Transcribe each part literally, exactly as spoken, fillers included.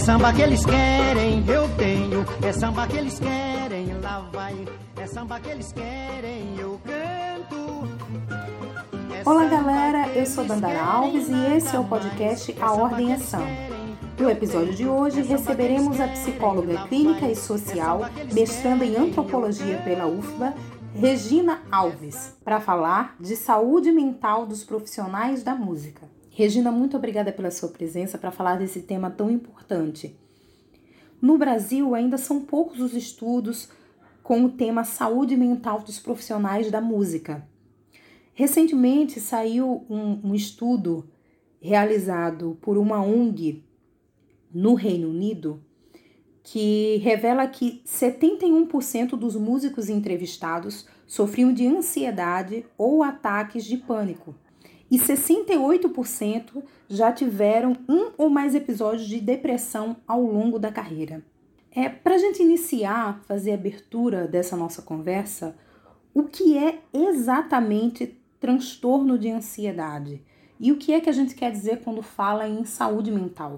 samba que eles querem, eu tenho. É samba que eles querem, lá vai. É samba que eles querem, eu canto. É Olá galera, eu sou Dandara Alves e esse é o podcast A Ordem é Samba. No episódio de hoje receberemos a psicóloga clínica e social, mestranda em antropologia pela U F B A, Regina Alves, para falar de saúde mental dos profissionais da música. Regina, muito obrigada pela sua presença para falar desse tema tão importante. No Brasil, ainda são poucos os estudos com o tema saúde mental dos profissionais da música. Recentemente saiu um, um estudo realizado por uma O N G no Reino Unido que revela que setenta e um por cento dos músicos entrevistados sofriam de ansiedade ou ataques de pânico e sessenta e oito por cento já tiveram um ou mais episódios de depressão ao longo da carreira. É, para a gente iniciar, fazer a abertura dessa nossa conversa, o que é exatamente transtorno de ansiedade? E o que é que a gente quer dizer quando fala em saúde mental?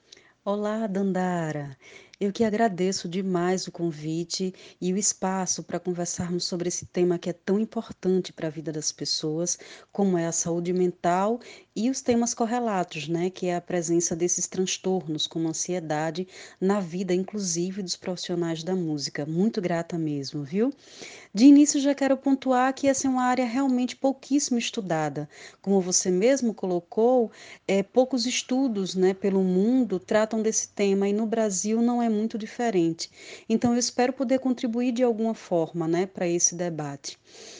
Olá, Dandara. Eu que agradeço demais o convite e o espaço para conversarmos sobre esse tema que é tão importante para a vida das pessoas, como é a saúde mental e os temas correlatos, né, que é a presença desses transtornos, como ansiedade, na vida, inclusive, dos profissionais da música. Muito grata mesmo, viu? De início, já quero pontuar que essa é uma área realmente pouquíssimo estudada. Como você mesmo colocou, é, poucos estudos, né, pelo mundo tratam desse tema e no Brasil não é muito diferente. Então, eu espero poder contribuir de alguma forma, né, para esse debate.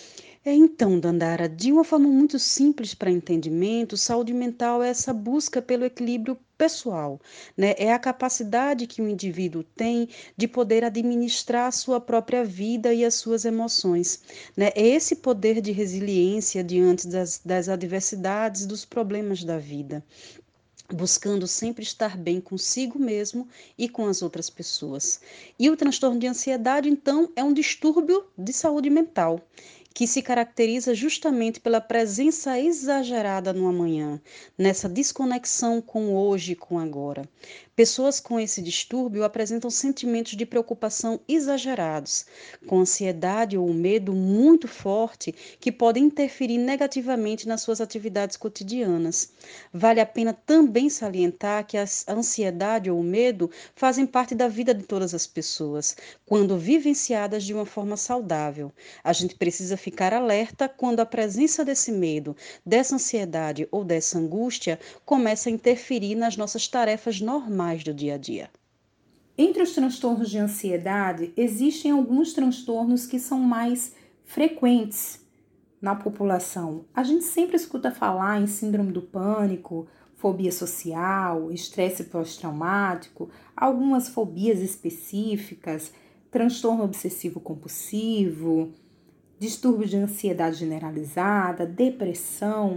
É, então, Dandara, de uma forma muito simples para entendimento, saúde mental é essa busca pelo equilíbrio pessoal, né? É a capacidade que o indivíduo tem de poder administrar a sua própria vida e as suas emoções, né? É esse poder de resiliência diante das, das adversidades, dos problemas da vida, buscando sempre estar bem consigo mesmo e com as outras pessoas. E o transtorno de ansiedade, então, é um distúrbio de saúde mental, que se caracteriza justamente pela presença exagerada no amanhã, nessa desconexão com o hoje e com o agora. Pessoas com esse distúrbio apresentam sentimentos de preocupação exagerados, com ansiedade ou medo muito forte que podem interferir negativamente nas suas atividades cotidianas. Vale a pena também salientar que a ansiedade ou o medo fazem parte da vida de todas as pessoas, quando vivenciadas de uma forma saudável. A gente precisa ficar alerta quando a presença desse medo, dessa ansiedade ou dessa angústia começa a interferir nas nossas tarefas normais do dia a dia. Entre os transtornos de ansiedade, existem alguns transtornos que são mais frequentes na população. A gente sempre escuta falar em síndrome do pânico, fobia social, estresse pós-traumático, algumas fobias específicas, transtorno obsessivo-compulsivo, distúrbio de ansiedade generalizada, depressão.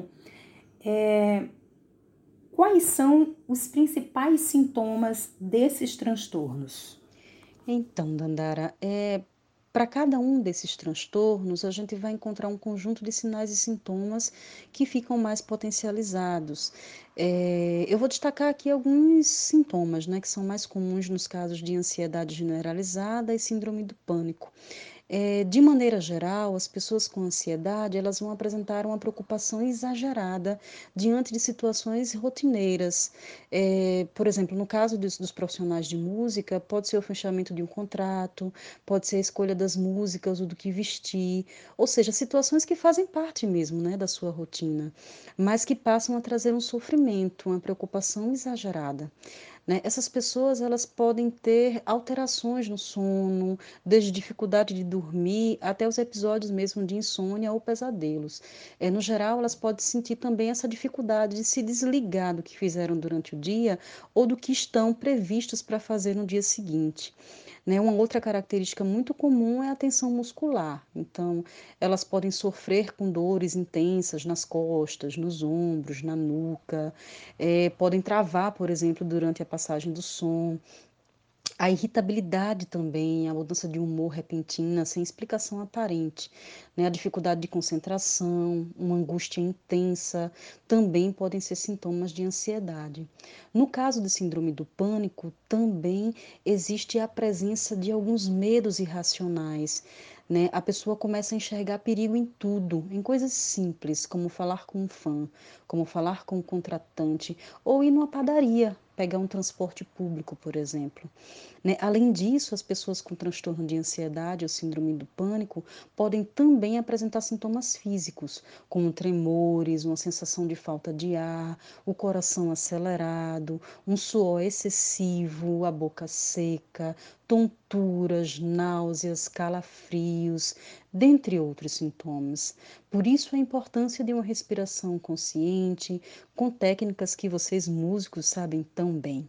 É... Quais são os principais sintomas desses transtornos? Então, Dandara, é, para cada um desses transtornos, a gente vai encontrar um conjunto de sinais e sintomas que ficam mais potencializados. É, eu vou destacar aqui alguns sintomas, né, que são mais comuns nos casos de ansiedade generalizada e síndrome do pânico. É, de maneira geral, as pessoas com ansiedade, elas vão apresentar uma preocupação exagerada diante de situações rotineiras. É, por exemplo, no caso dos, dos profissionais de música, pode ser o fechamento de um contrato, pode ser a escolha das músicas ou do que vestir, ou seja, situações que fazem parte mesmo, né, da sua rotina, mas que passam a trazer um sofrimento, uma preocupação exagerada. Né? Essas pessoas elas podem ter alterações no sono, desde dificuldade de dormir até os episódios mesmo de insônia ou pesadelos. É, no geral, elas podem sentir também essa dificuldade de se desligar do que fizeram durante o dia ou do que estão previstos para fazer no dia seguinte. Né? Uma outra característica muito comum é a tensão muscular. Então, elas podem sofrer com dores intensas nas costas, nos ombros, na nuca, é, podem travar, por exemplo, durante a passagem do som. A irritabilidade também, a mudança de humor repentina, sem explicação aparente, né? A dificuldade de concentração, uma angústia intensa, também podem ser sintomas de ansiedade. No caso de síndrome do pânico, também existe a presença de alguns medos irracionais, né? A pessoa começa a enxergar perigo em tudo, em coisas simples, como falar com um fã, como falar com um contratante, ou ir numa padaria, pegar um transporte público, por exemplo. Né? Além disso, as pessoas com transtorno de ansiedade ou síndrome do pânico podem também apresentar sintomas físicos, como tremores, uma sensação de falta de ar, o coração acelerado, um suor excessivo, a boca seca, tonturas, náuseas, calafrios, dentre outros sintomas. Por isso, a importância de uma respiração consciente, com técnicas que vocês músicos sabem tão bem.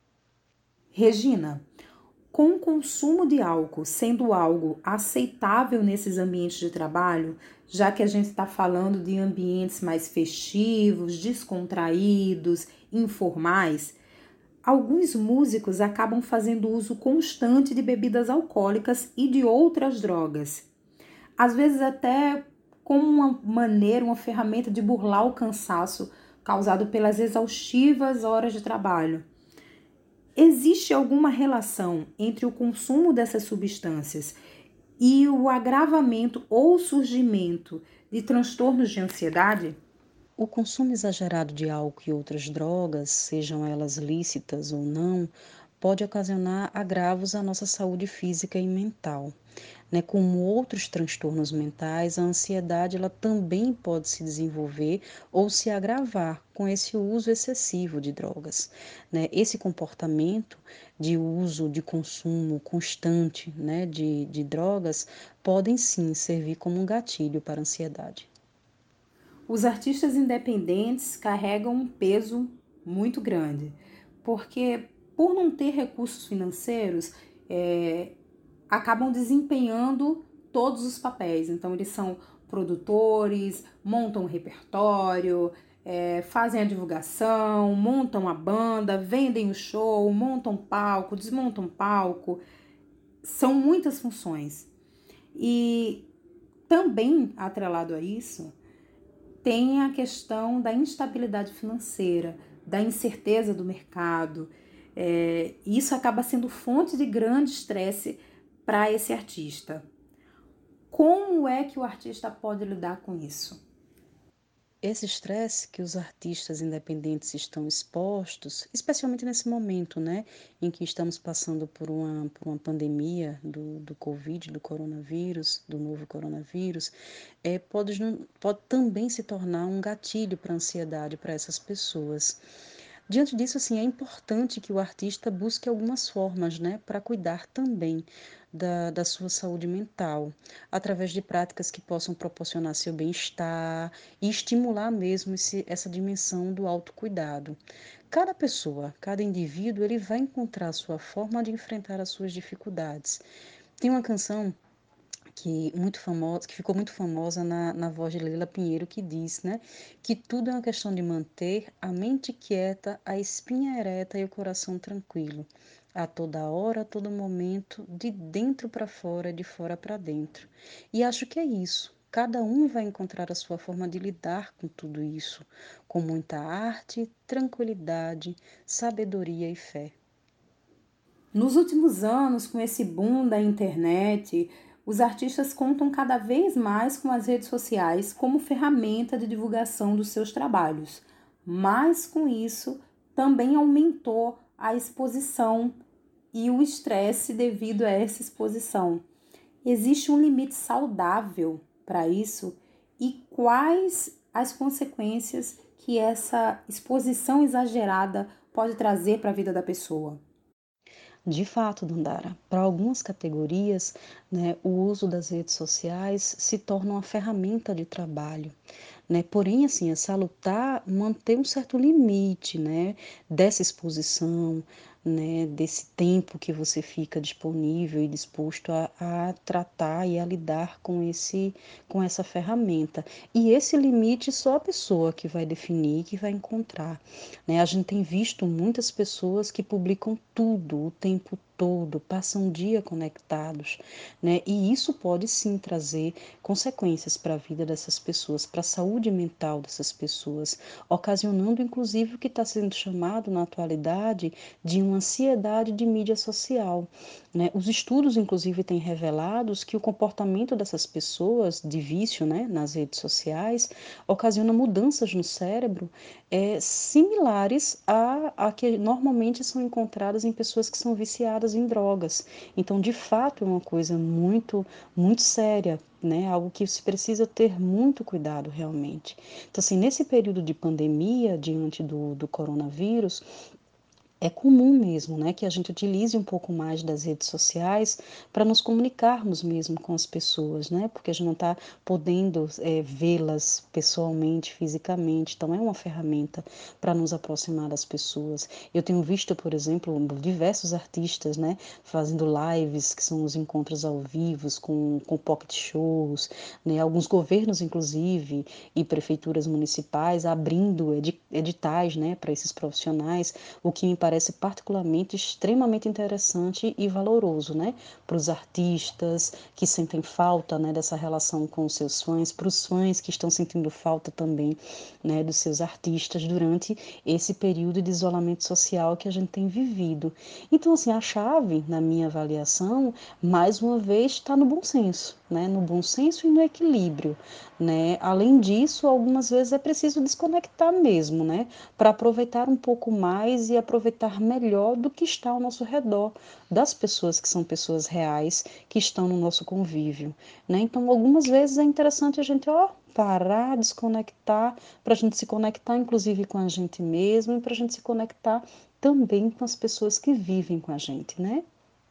Regina, com o consumo de álcool sendo algo aceitável nesses ambientes de trabalho, já que a gente está falando de ambientes mais festivos, descontraídos, informais, alguns músicos acabam fazendo uso constante de bebidas alcoólicas e de outras drogas. Às vezes até como uma maneira, uma ferramenta de burlar o cansaço causado pelas exaustivas horas de trabalho. Existe alguma relação entre o consumo dessas substâncias e o agravamento ou surgimento de transtornos de ansiedade? O consumo exagerado de álcool e outras drogas, sejam elas lícitas ou não, pode ocasionar agravos à nossa saúde física e mental. Né? Como outros transtornos mentais, a ansiedade ela também pode se desenvolver ou se agravar com esse uso excessivo de drogas. Né? Esse comportamento de uso, de consumo constante, né, de, de drogas, podem sim servir como um gatilho para a ansiedade. Os artistas independentes carregam um peso muito grande, porque por não ter recursos financeiros, é, acabam desempenhando todos os papéis. Então, eles são produtores, montam um repertório, é, fazem a divulgação, montam a banda, vendem o show, montam palco, desmontam palco. São muitas funções. E também, atrelado a isso, tem a questão da instabilidade financeira, da incerteza do mercado. É, isso acaba sendo fonte de grande estresse para esse artista. Como é que o artista pode lidar com isso? Esse estresse que os artistas independentes estão expostos, especialmente nesse momento, né, em que estamos passando por uma, por uma pandemia do, do Covid, do coronavírus, do novo coronavírus, é, pode, pode também se tornar um gatilho para a ansiedade para essas pessoas. Diante disso, assim, é importante que o artista busque algumas formas, né, para cuidar também da, da sua saúde mental, através de práticas que possam proporcionar seu bem-estar e estimular mesmo esse, essa dimensão do autocuidado. Cada pessoa, cada indivíduo, ele vai encontrar a sua forma de enfrentar as suas dificuldades. Tem uma canção que muito famosa, que ficou muito famosa na, na voz de Leila Pinheiro, que diz, né, que tudo é uma questão de manter a mente quieta, a espinha ereta e o coração tranquilo, a toda hora, a todo momento, de dentro para fora, de fora para dentro. E acho que é isso. Cada um vai encontrar a sua forma de lidar com tudo isso, com muita arte, tranquilidade, sabedoria e fé. Nos últimos anos, com esse boom da internet, os artistas contam cada vez mais com as redes sociais como ferramenta de divulgação dos seus trabalhos. Mas com isso, também aumentou a exposição e o estresse devido a essa exposição. Existe um limite saudável para isso? E quais as consequências que essa exposição exagerada pode trazer para a vida da pessoa? De fato, Dandara, para algumas categorias, né, o uso das redes sociais se torna uma ferramenta de trabalho, né? Porém, assim, é salutar manter um certo limite, né, dessa exposição, né, desse tempo que você fica disponível e disposto a, a tratar e a lidar com esse, com essa ferramenta. E esse limite só a pessoa que vai definir, que vai encontrar, né? A gente tem visto muitas pessoas que publicam tudo o tempo todo, passam um dia conectados, né? E isso pode sim trazer consequências para a vida dessas pessoas, para a saúde mental dessas pessoas, ocasionando inclusive o que está sendo chamado na atualidade de uma ansiedade de mídia social, né? Os estudos, inclusive, têm revelado que o comportamento dessas pessoas de vício, né, nas redes sociais ocasiona mudanças no cérebro é, similares a, a que normalmente são encontradas em pessoas que são viciadas em drogas. Então, de fato, é uma coisa muito, muito séria, né? Algo que se precisa ter muito cuidado realmente. Então, assim, nesse período de pandemia, diante do, do coronavírus, é comum mesmo, né, que a gente utilize um pouco mais das redes sociais para nos comunicarmos mesmo com as pessoas, né, porque a gente não está podendo é, vê-las pessoalmente, fisicamente, então é uma ferramenta para nos aproximar das pessoas. Eu tenho visto, por exemplo, diversos artistas, né, fazendo lives, que são os encontros ao vivo, com, com pocket shows, né, alguns governos, inclusive, e prefeituras municipais abrindo edi editais, né, para esses profissionais, o que me parece parece particularmente extremamente interessante e valoroso, né? Para os artistas que sentem falta, né, dessa relação com os seus fãs, para os fãs que estão sentindo falta também, né, dos seus artistas durante esse período de isolamento social que a gente tem vivido. Então, assim, a chave, na minha avaliação, mais uma vez, está no bom senso, né? No bom senso e no equilíbrio, né? Além disso, algumas vezes é preciso desconectar mesmo, né? Para aproveitar um pouco mais e aproveitar melhor do que está ao nosso redor, das pessoas que são pessoas reais, que estão no nosso convívio, né? Então, algumas vezes é interessante a gente, ó, parar, desconectar, para a gente se conectar, inclusive, com a gente mesmo e para a gente se conectar também com as pessoas que vivem com a gente, né?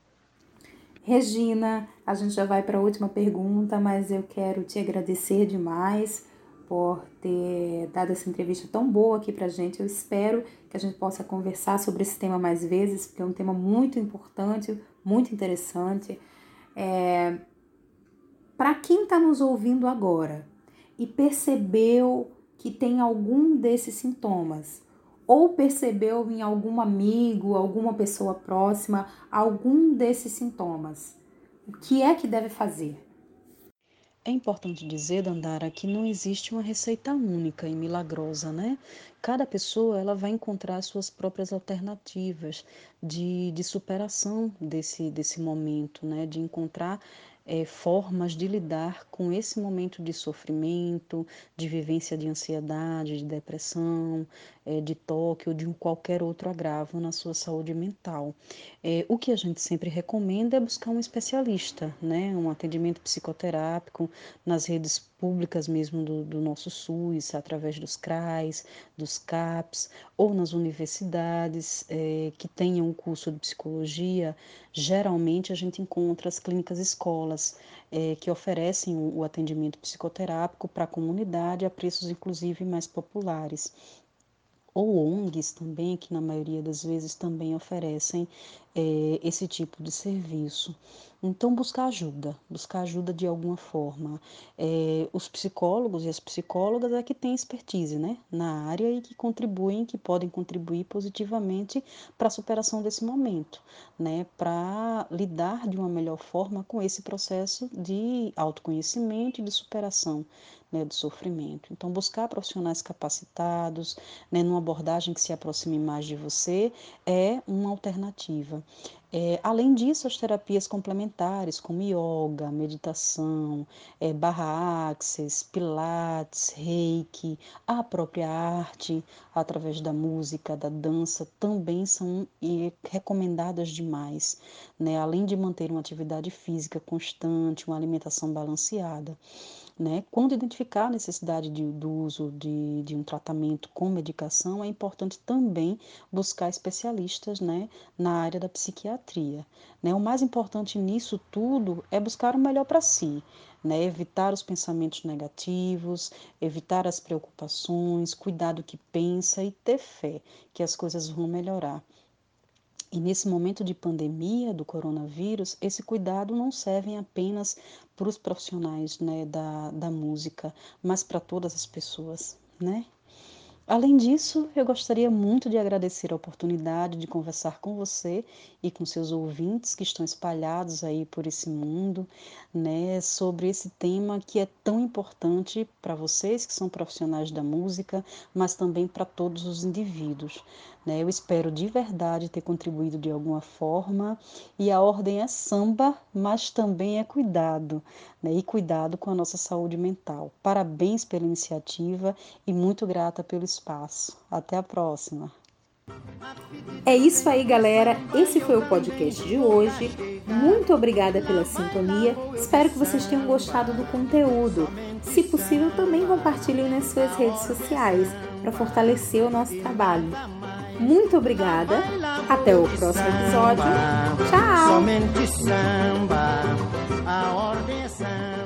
Regina, a gente já vai para a última pergunta, mas eu quero te agradecer demais por ter dado essa entrevista tão boa aqui pra gente. Eu espero que a gente possa conversar sobre esse tema mais vezes, porque é um tema muito importante, muito interessante. É... Para quem está nos ouvindo agora e percebeu que tem algum desses sintomas, ou percebeu em algum amigo, alguma pessoa próxima, algum desses sintomas, o que é que deve fazer? É importante dizer, Dandara, que não existe uma receita única e milagrosa, né? Cada pessoa ela vai encontrar suas próprias alternativas de, de superação desse, desse momento, né? De encontrar é, formas de lidar com esse momento de sofrimento, de vivência de ansiedade, de depressão, é, de toque ou de um qualquer outro agravo na sua saúde mental. É, o que a gente sempre recomenda é buscar um especialista, né? Um atendimento psicoterápico nas redes públicas mesmo do, do nosso SUS, através dos CRAs, dos CAPs, ou nas universidades é, que tenham um curso de psicologia. Geralmente a gente encontra as clínicas escolas é, que oferecem o, o atendimento psicoterápico para a comunidade a preços inclusive mais populares, ou O N Gs também, que na maioria das vezes também oferecem é, esse tipo de serviço. Então, buscar ajuda, buscar ajuda de alguma forma. É, os psicólogos e as psicólogas é que têm expertise, né, na área e que contribuem, que podem contribuir positivamente para a superação desse momento, né, para lidar de uma melhor forma com esse processo de autoconhecimento e de superação, né, do sofrimento. Então, buscar profissionais capacitados, né, numa abordagem que se aproxime mais de você, é uma alternativa. É, além disso, as terapias complementares, como yoga, meditação, é, barra axis, pilates, reiki, a própria arte, através da música, da dança, também são e, recomendadas demais, né? Além de manter uma atividade física constante, uma alimentação balanceada. Né? Quando identificar a necessidade de, do uso de, de um tratamento com medicação, é importante também buscar especialistas, né, na área da psiquiatria. Né? O mais importante nisso tudo é buscar o melhor para si, né? Evitar os pensamentos negativos, evitar as preocupações, cuidar do que pensa e ter fé que as coisas vão melhorar. E nesse momento de pandemia do coronavírus, esse cuidado não serve apenas para os profissionais, né, da, da música, mas para todas as pessoas, né? Além disso, eu gostaria muito de agradecer a oportunidade de conversar com você e com seus ouvintes que estão espalhados aí por esse mundo, né, sobre esse tema que é tão importante para vocês que são profissionais da música, mas também para todos os indivíduos, né? Eu espero de verdade ter contribuído de alguma forma, e a ordem é samba, mas também é cuidado, né? E cuidado com a nossa saúde mental. Parabéns pela iniciativa e muito grata pelo espaço. Até a próxima. É isso aí, galera. Esse foi o podcast de hoje. Muito obrigada pela sintonia. Espero que vocês tenham gostado do conteúdo. Se possível, também compartilhem nas suas redes sociais para fortalecer o nosso trabalho. Muito obrigada. Até o próximo episódio. Tchau! Somente samba, a ordem é samba.